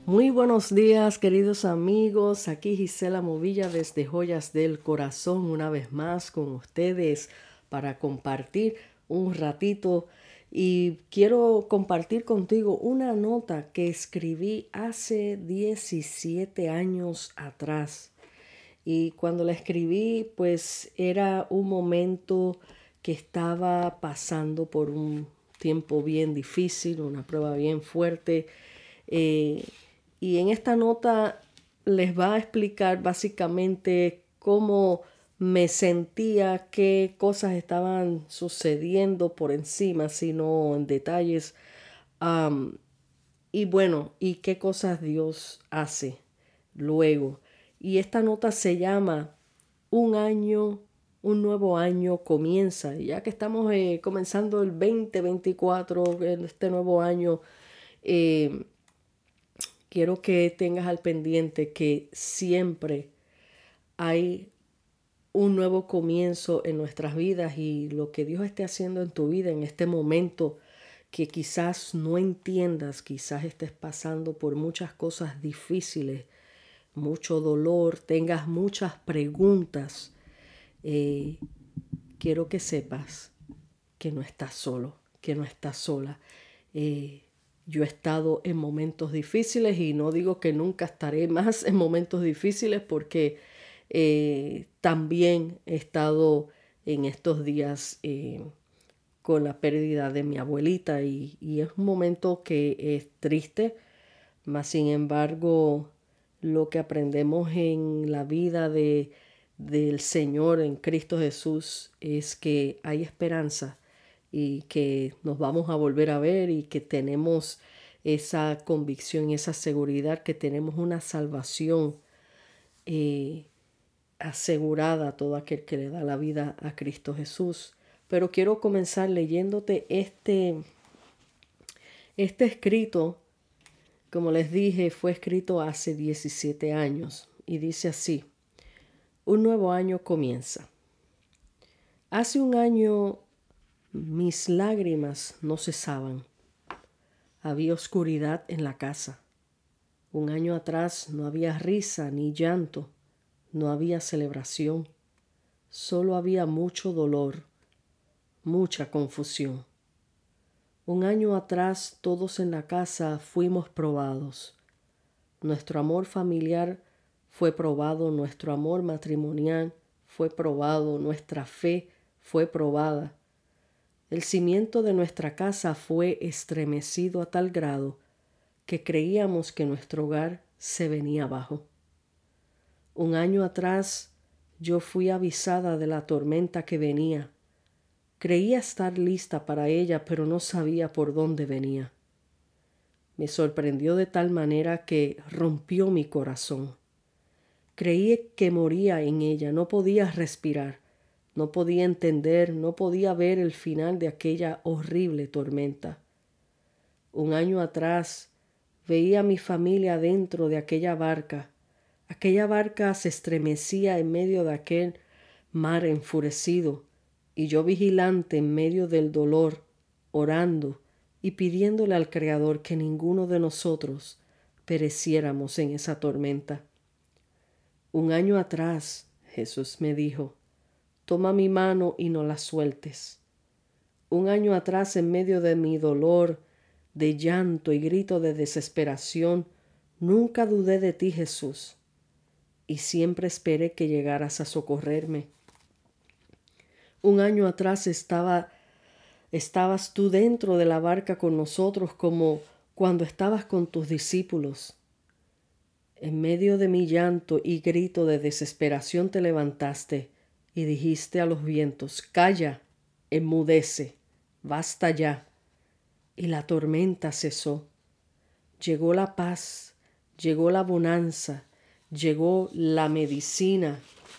Muy buenos días, queridos amigos. Aquí Gisela Movilla desde Joyas del Corazón, una vez más con ustedes para compartir un ratito. Y quiero compartir contigo una nota que escribí hace 17 años atrás. Y cuando la escribí, pues era un momento que estaba pasando por un tiempo bien difícil, una prueba bien fuerte. Eh, y en esta nota les va a explicar básicamente cómo me sentía, qué cosas estaban sucediendo por encima, sino en detalles. Am, y bueno, y qué cosas Dios hace luego. Y esta nota se llama Un año, un nuevo año comienza. Y ya que estamos comenzando el 2024, en este nuevo año, eh, quiero que tengas al pendiente que siempre hay un nuevo comienzo en nuestras vidas y lo que Dios esté haciendo en tu vida en este momento que quizás no entiendas, quizás estés pasando por muchas cosas difíciles, mucho dolor, tengas muchas preguntas, eh, quiero que sepas que no estás solo, que no estás sola. Eh, yo he estado en momentos difíciles y no digo que nunca estaré más en momentos difíciles porque también he estado en estos días con la pérdida de mi abuelita y es un momento que es triste, mas sin embargo lo que aprendemos en la vida del Señor en Cristo Jesús es que hay esperanza y que nos vamos a volver a ver y que tenemos esa convicción y esa seguridad que tenemos una salvación eh, asegurada a todo aquel que le da la vida a Cristo Jesús. Pero quiero comenzar leyéndote este escrito. Como les dije, fue escrito hace 17 años y dice así: un nuevo año comienza. Hace un año mis lágrimas no cesaban. Había oscuridad en la casa. Un año atrás no había risa ni llanto, no había celebración, solo había mucho dolor, mucha confusión. Un año atrás todos en la casa fuimos probados. Nuestro amor familiar fue probado, nuestro amor matrimonial fue probado, nuestra fe fue probada. El cimiento de nuestra casa fue estremecido a tal grado que creíamos que nuestro hogar se venía abajo. Un año atrás yo fui avisada de la tormenta que venía. Creía estar lista para ella, pero no sabía por dónde venía. Me sorprendió de tal manera que rompió mi corazón. Creí que moría en ella, no podía respirar, no podía entender, no podía ver el final de aquella horrible tormenta. Un año atrás veía a mi familia dentro de aquella barca. Aquella barca se estremecía en medio de aquel mar enfurecido, y yo vigilante en medio del dolor, orando y pidiéndole al Creador que ninguno de nosotros pereciéramos en esa tormenta. Un año atrás Jesús me dijo: toma mi mano y no la sueltes. Un año atrás, en medio de mi dolor, de llanto y grito de desesperación, nunca dudé de ti, Jesús, y siempre esperé que llegaras a socorrerme. Un año atrás estabas tú dentro de la barca con nosotros como cuando estabas con tus discípulos. En medio de mi llanto y grito de desesperación te levantaste y dijiste a los vientos: calla, enmudece, basta ya. Y la tormenta cesó. Llegó la paz, llegó la bonanza, llegó la medicina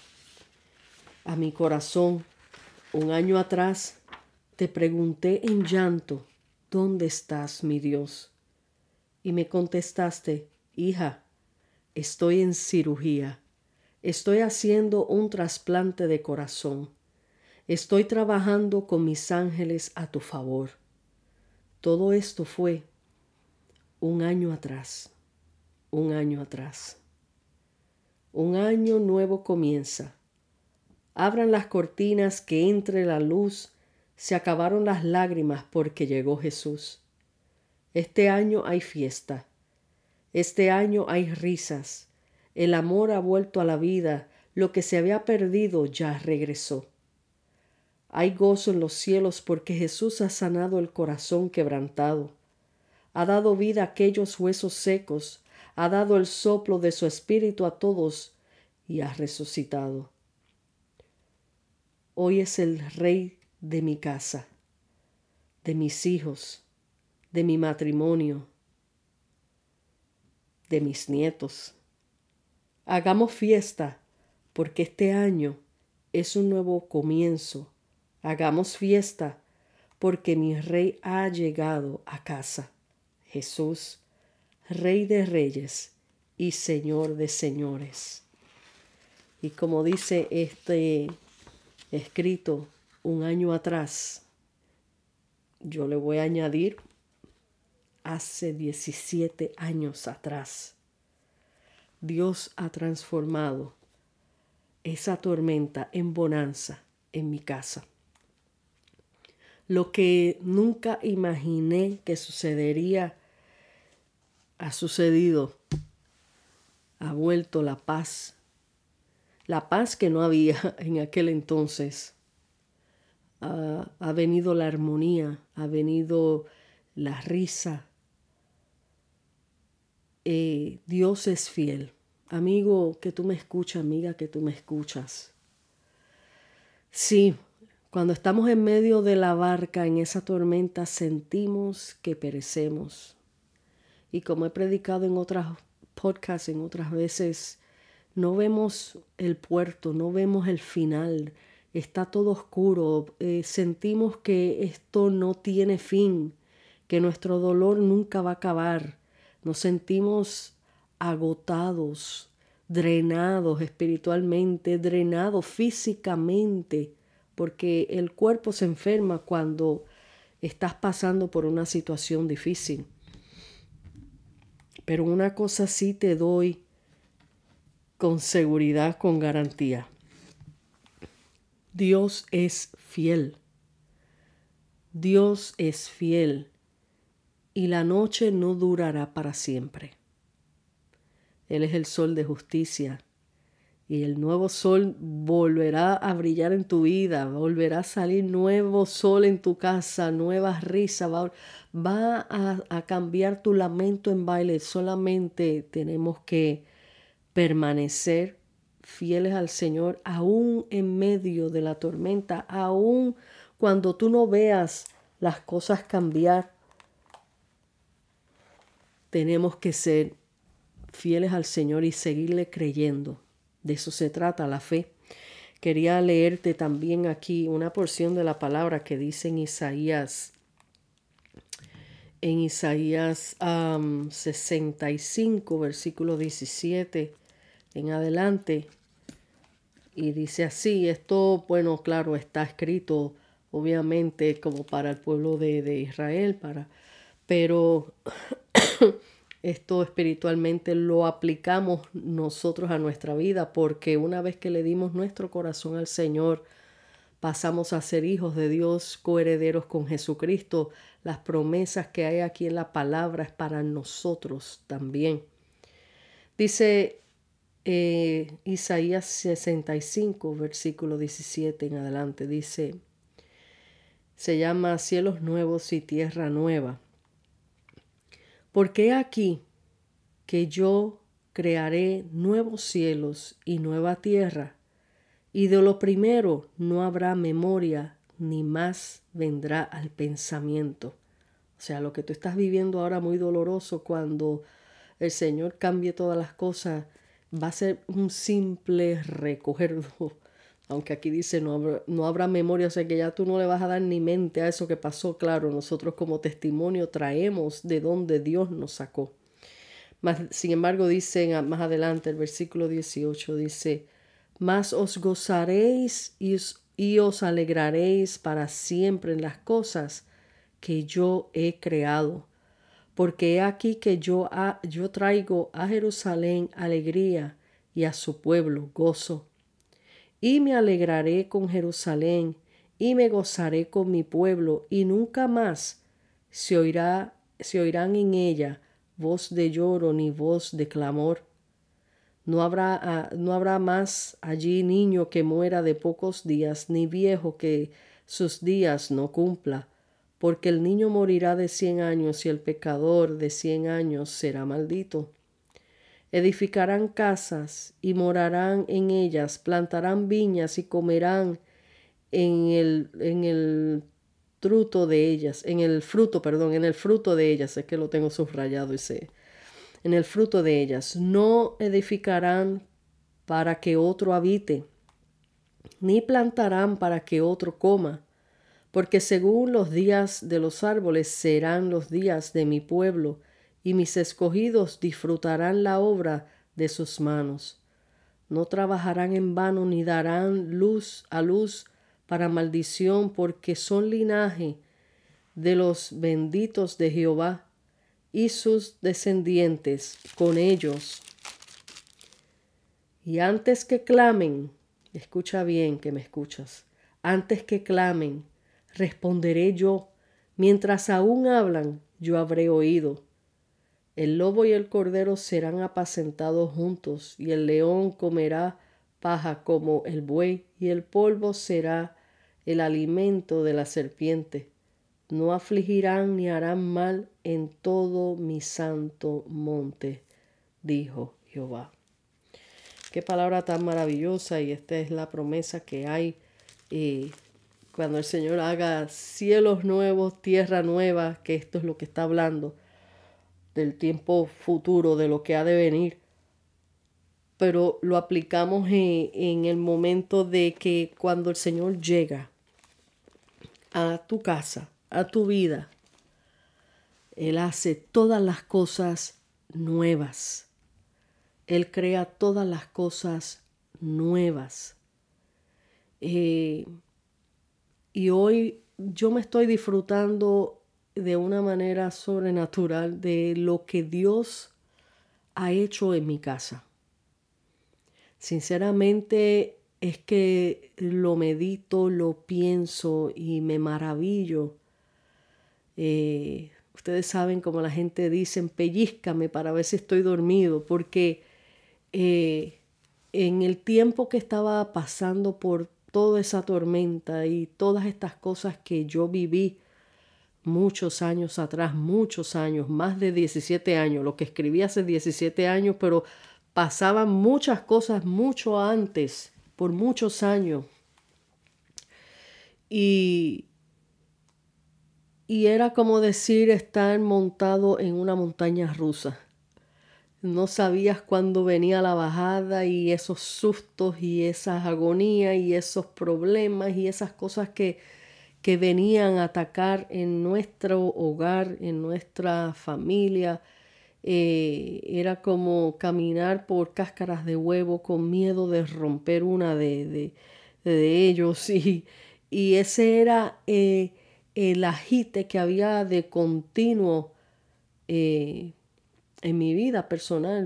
a mi corazón. Un año atrás te pregunté en llanto: ¿dónde estás, mi Dios? Y me contestaste: hija, estoy en cirugía. Estoy haciendo un trasplante de corazón. Estoy trabajando con mis ángeles a tu favor. Todo esto fue un año atrás. un año atrás. Un año nuevo comienza. Abran las cortinas que entre la luz. Se acabaron las lágrimas porque llegó Jesús. Este año hay fiesta. Este año hay risas. El amor ha vuelto a la vida. Lo que se había perdido ya regresó. Hay gozo en los cielos porque Jesús ha sanado el corazón quebrantado. Ha dado vida a aquellos huesos secos. Ha dado el soplo de su espíritu a todos y ha resucitado. Hoy es el Rey de mi casa, de mis hijos, de mi matrimonio, de mis nietos. Hagamos fiesta porque este año es un nuevo comienzo. Hagamos fiesta porque mi Rey ha llegado a casa. Jesús, Rey de reyes y Señor de señores. Y como dice este escrito un año atrás, yo le voy a añadir hace 17 años atrás. Dios ha transformado esa tormenta en bonanza en mi casa. Lo que nunca imaginé que sucedería ha sucedido. Ha vuelto la paz que no había en aquel entonces. Ha venido la armonía, ha venido la risa. Dios es fiel. Amigo que tú me escuchas, amiga que tú me escuchas. Sí, cuando estamos en medio de la barca, en esa tormenta, sentimos que perecemos. Y como he predicado en otras podcasts, en otras veces, no vemos el puerto, no vemos el final. Está todo oscuro. Sentimos que esto no tiene fin, que nuestro dolor nunca va a acabar. Nos sentimos agotados, drenados espiritualmente, drenados físicamente, porque el cuerpo se enferma cuando estás pasando por una situación difícil. Pero una cosa sí te doy con seguridad, con garantía. Dios es fiel. Dios es fiel y la noche no durará para siempre. Él es el sol de justicia y el nuevo sol volverá a brillar en tu vida, volverá a salir nuevo sol en tu casa, nuevas risas, va a cambiar tu lamento en baile. Solamente tenemos que permanecer fieles al Señor, aún en medio de la tormenta, aún cuando tú no veas las cosas cambiar. Tenemos que ser fieles al Señor y seguirle creyendo. De eso se trata la fe. Quería leerte también aquí una porción de la palabra que dice en Isaías 65, versículo 17 en adelante. Y dice así, esto, bueno, claro, está escrito obviamente como para el pueblo de Israel, pero esto espiritualmente lo aplicamos nosotros a nuestra vida, porque una vez que le dimos nuestro corazón al Señor, pasamos a ser hijos de Dios, coherederos con Jesucristo. Las promesas que hay aquí en la palabra es para nosotros también. Dice Isaías 65, versículo 17 en adelante, dice, se llama cielos nuevos y tierra nueva. Porque aquí que yo crearé nuevos cielos y nueva tierra, y de lo primero no habrá memoria, ni más vendrá al pensamiento. O sea, lo que tú estás viviendo ahora muy doloroso, cuando el Señor cambie todas las cosas, va a ser un simple recuerdo. Aunque aquí dice no habrá memoria, o sea que ya tú no le vas a dar ni mente a eso que pasó. Claro, nosotros como testimonio traemos de donde Dios nos sacó. Sin embargo, dice más adelante, el versículo 18 dice, mas os gozaréis y os alegraréis para siempre en las cosas que yo he creado, Porque he aquí que yo traigo a Jerusalén alegría y a su pueblo gozo. Y me alegraré con Jerusalén y me gozaré con mi pueblo, y nunca más se oirán en ella voz de lloro ni voz de clamor. No habrá más allí niño que muera de pocos días, ni viejo que sus días no cumpla, porque el niño morirá de 100 años y el pecador de 100 años será maldito. Edificarán casas y morarán en ellas, plantarán viñas y comerán en el fruto de ellas, en el fruto de ellas, es que lo tengo subrayado ese, en el fruto de ellas. No edificarán para que otro habite, ni plantarán para que otro coma, porque según los días de los árboles serán los días de mi pueblo, y mis escogidos disfrutarán la obra de sus manos. No trabajarán en vano ni darán luz para maldición, porque son linaje de los benditos de Jehová, y sus descendientes con ellos. Y antes que clamen, escucha bien que me escuchas, antes que clamen, responderé yo, mientras aún hablan, yo habré oído. El lobo y el cordero serán apacentados juntos, y el león comerá paja como el buey, y el polvo será el alimento de la serpiente. No afligirán ni harán mal en todo mi santo monte, dijo Jehová. Qué palabra tan maravillosa, y esta es la promesa que hay cuando el Señor haga cielos nuevos, tierra nueva, que esto es lo que está hablando del tiempo futuro, de lo que ha de venir. Pero lo aplicamos en el momento de que cuando el Señor llega a tu casa, a tu vida, Él hace todas las cosas nuevas. Él crea todas las cosas nuevas. Y hoy yo me estoy disfrutando de una manera sobrenatural de lo que Dios ha hecho en mi casa. Sinceramente es que lo medito, lo pienso y me maravillo. Ustedes saben como la gente dice, pellízcame para ver si estoy dormido, porque en el tiempo que estaba pasando por toda esa tormenta y todas estas cosas que yo viví muchos años atrás, muchos años, más de 17 años, lo que escribí hace 17 años, pero pasaban muchas cosas mucho antes, por muchos años. Y era como decir estar montado en una montaña rusa. No sabías cuándo venía la bajada y esos sustos y esas agonías y esos problemas y esas cosas que venían a atacar en nuestro hogar, en nuestra familia. Era como caminar por cáscaras de huevo con miedo de romper una de ellos. Y ese era el agite que había de continuo en mi vida personal.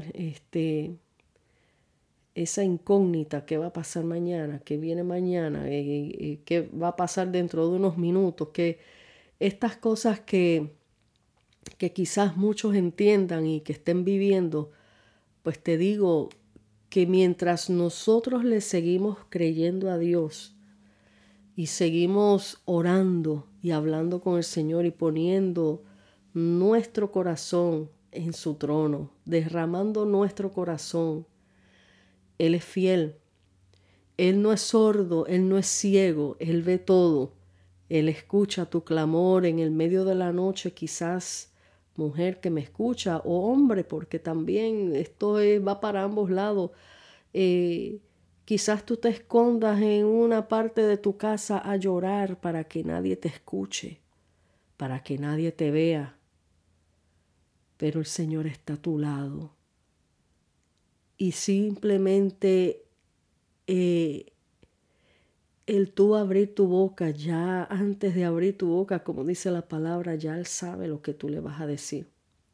Esa incógnita, qué va a pasar mañana, qué viene mañana, qué va a pasar dentro de unos minutos, que estas cosas que quizás muchos entiendan y que estén viviendo, pues te digo que mientras nosotros le seguimos creyendo a Dios y seguimos orando y hablando con el Señor y poniendo nuestro corazón en su trono, derramando nuestro corazón, Él es fiel. Él no es sordo, Él no es ciego, Él ve todo. Él escucha tu clamor en el medio de la noche, quizás mujer que me escucha, o hombre, porque también va para ambos lados. Quizás tú te escondas en una parte de tu casa a llorar para que nadie te escuche, para que nadie te vea. Pero el Señor está a tu lado. Y simplemente el tú abrir tu boca, ya antes de abrir tu boca, como dice la palabra, ya Él sabe lo que tú le vas a decir.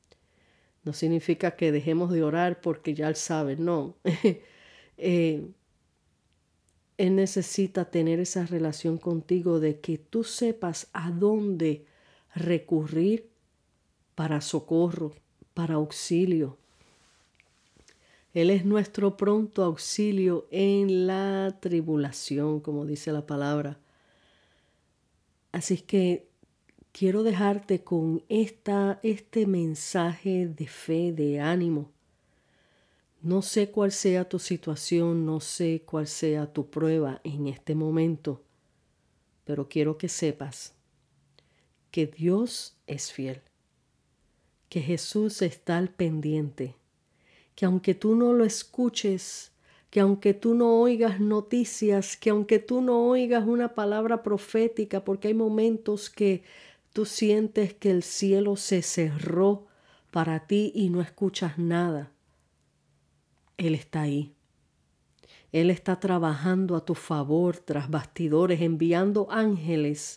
No significa que dejemos de orar porque ya Él sabe, no. Él necesita tener esa relación contigo de que tú sepas a dónde recurrir para socorro, para auxilio. Él es nuestro pronto auxilio en la tribulación, como dice la palabra. Así es que quiero dejarte con este mensaje de fe, de ánimo. No sé cuál sea tu situación, no sé cuál sea tu prueba en este momento, pero quiero que sepas que Dios es fiel, que Jesús está al pendiente, que aunque tú no lo escuches, que aunque tú no oigas noticias, que aunque tú no oigas una palabra profética, porque hay momentos que tú sientes que el cielo se cerró para ti y no escuchas nada, Él está ahí. Él está trabajando a tu favor tras bastidores, enviando ángeles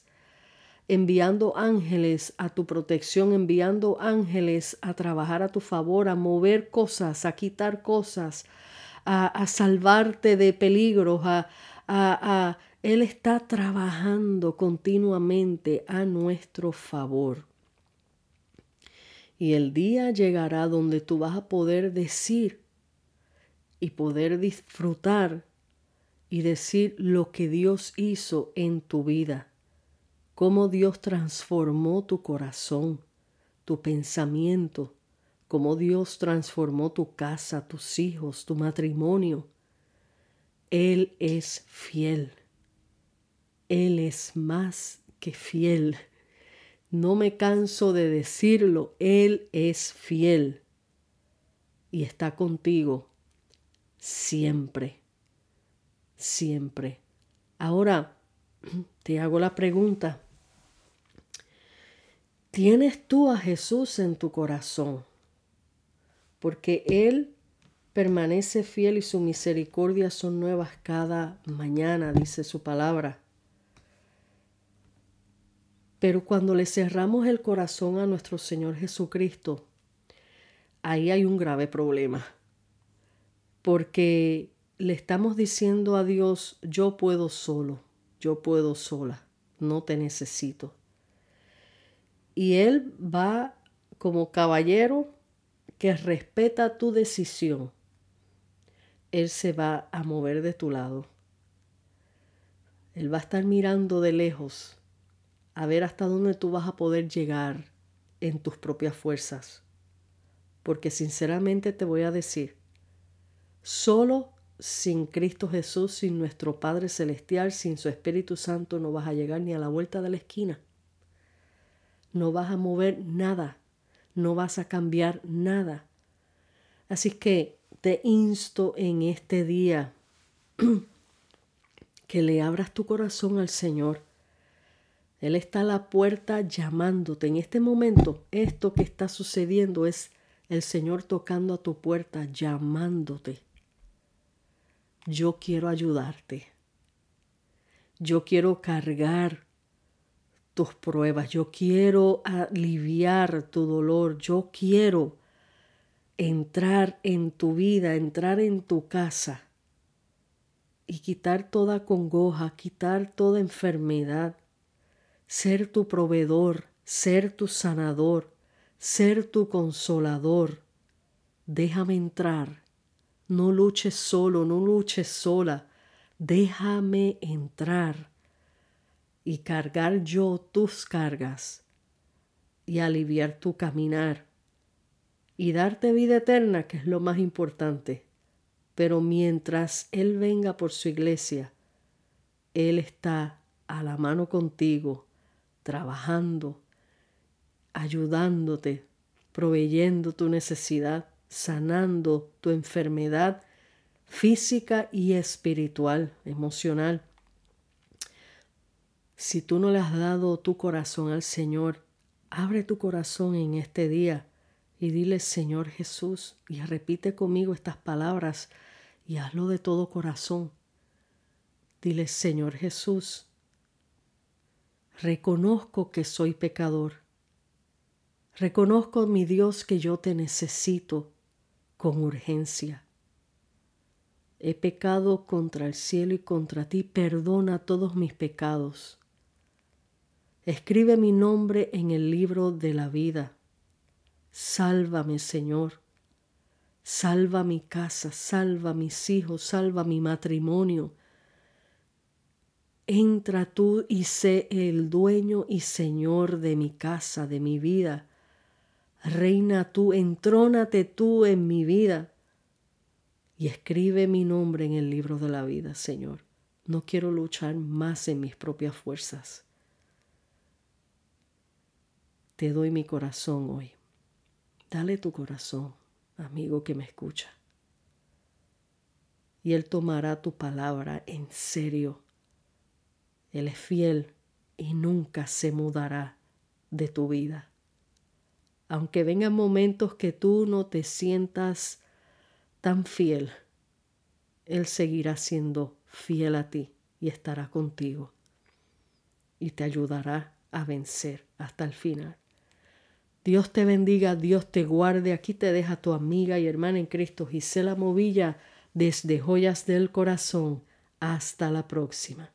a tu protección, enviando ángeles a trabajar a tu favor, a mover cosas, a quitar cosas, a salvarte de peligros. Él está trabajando continuamente a nuestro favor. Y el día llegará donde tú vas a poder decir y poder disfrutar y decir lo que Dios hizo en tu vida, cómo Dios transformó tu corazón, tu pensamiento, cómo Dios transformó tu casa, tus hijos, tu matrimonio. Él es fiel. Él es más que fiel. No me canso de decirlo, Él es fiel y está contigo siempre, siempre. Ahora te hago la pregunta. ¿Tienes tú a Jesús en tu corazón? Porque Él permanece fiel y su misericordia son nuevas cada mañana, dice su palabra. Pero cuando le cerramos el corazón a nuestro Señor Jesucristo, ahí hay un grave problema. Porque le estamos diciendo a Dios, yo puedo solo, yo puedo sola, no te necesito. Y Él va como caballero que respeta tu decisión. Él se va a mover de tu lado. Él va a estar mirando de lejos a ver hasta dónde tú vas a poder llegar en tus propias fuerzas. Porque sinceramente te voy a decir, solo sin Cristo Jesús, sin nuestro Padre Celestial, sin su Espíritu Santo, no vas a llegar ni a la vuelta de la esquina. No vas a mover nada, no vas a cambiar nada. Así que te insto en este día que le abras tu corazón al Señor. Él está a la puerta llamándote. En este momento, esto que está sucediendo es el Señor tocando a tu puerta, llamándote. Yo quiero ayudarte. Yo quiero cargar tus pruebas. Yo quiero aliviar tu dolor. Yo quiero entrar en tu vida, entrar en tu casa y quitar toda congoja, quitar toda enfermedad, ser tu proveedor, ser tu sanador, ser tu consolador. Déjame entrar. No luches solo, no luches sola. Déjame entrar y cargar yo tus cargas y aliviar tu caminar y darte vida eterna, que es lo más importante. Pero mientras Él venga por su iglesia, Él está a la mano contigo, trabajando, ayudándote, proveyendo tu necesidad, sanando tu enfermedad física y espiritual, emocional. Si tú no le has dado tu corazón al Señor, abre tu corazón en este día y dile, Señor Jesús, y repite conmigo estas palabras y hazlo de todo corazón. Dile, Señor Jesús, reconozco que soy pecador. Reconozco, mi Dios, que yo te necesito con urgencia. He pecado contra el cielo y contra ti. Perdona todos mis pecados. Escribe mi nombre en el libro de la vida. Sálvame, Señor. Salva mi casa, salva mis hijos, salva mi matrimonio. Entra tú y sé el dueño y Señor de mi casa, de mi vida. Reina tú, entrónate tú en mi vida. Y escribe mi nombre en el libro de la vida, Señor. No quiero luchar más en mis propias fuerzas. Te doy mi corazón hoy. Dale tu corazón, amigo que me escucha. Y Él tomará tu palabra en serio. Él es fiel y nunca se mudará de tu vida. Aunque vengan momentos que tú no te sientas tan fiel, Él seguirá siendo fiel a ti y estará contigo y te ayudará a vencer hasta el final. Dios te bendiga, Dios te guarde. Aquí te deja tu amiga y hermana en Cristo, Gisela Movilla, desde Joyas del Corazón. Hasta la próxima.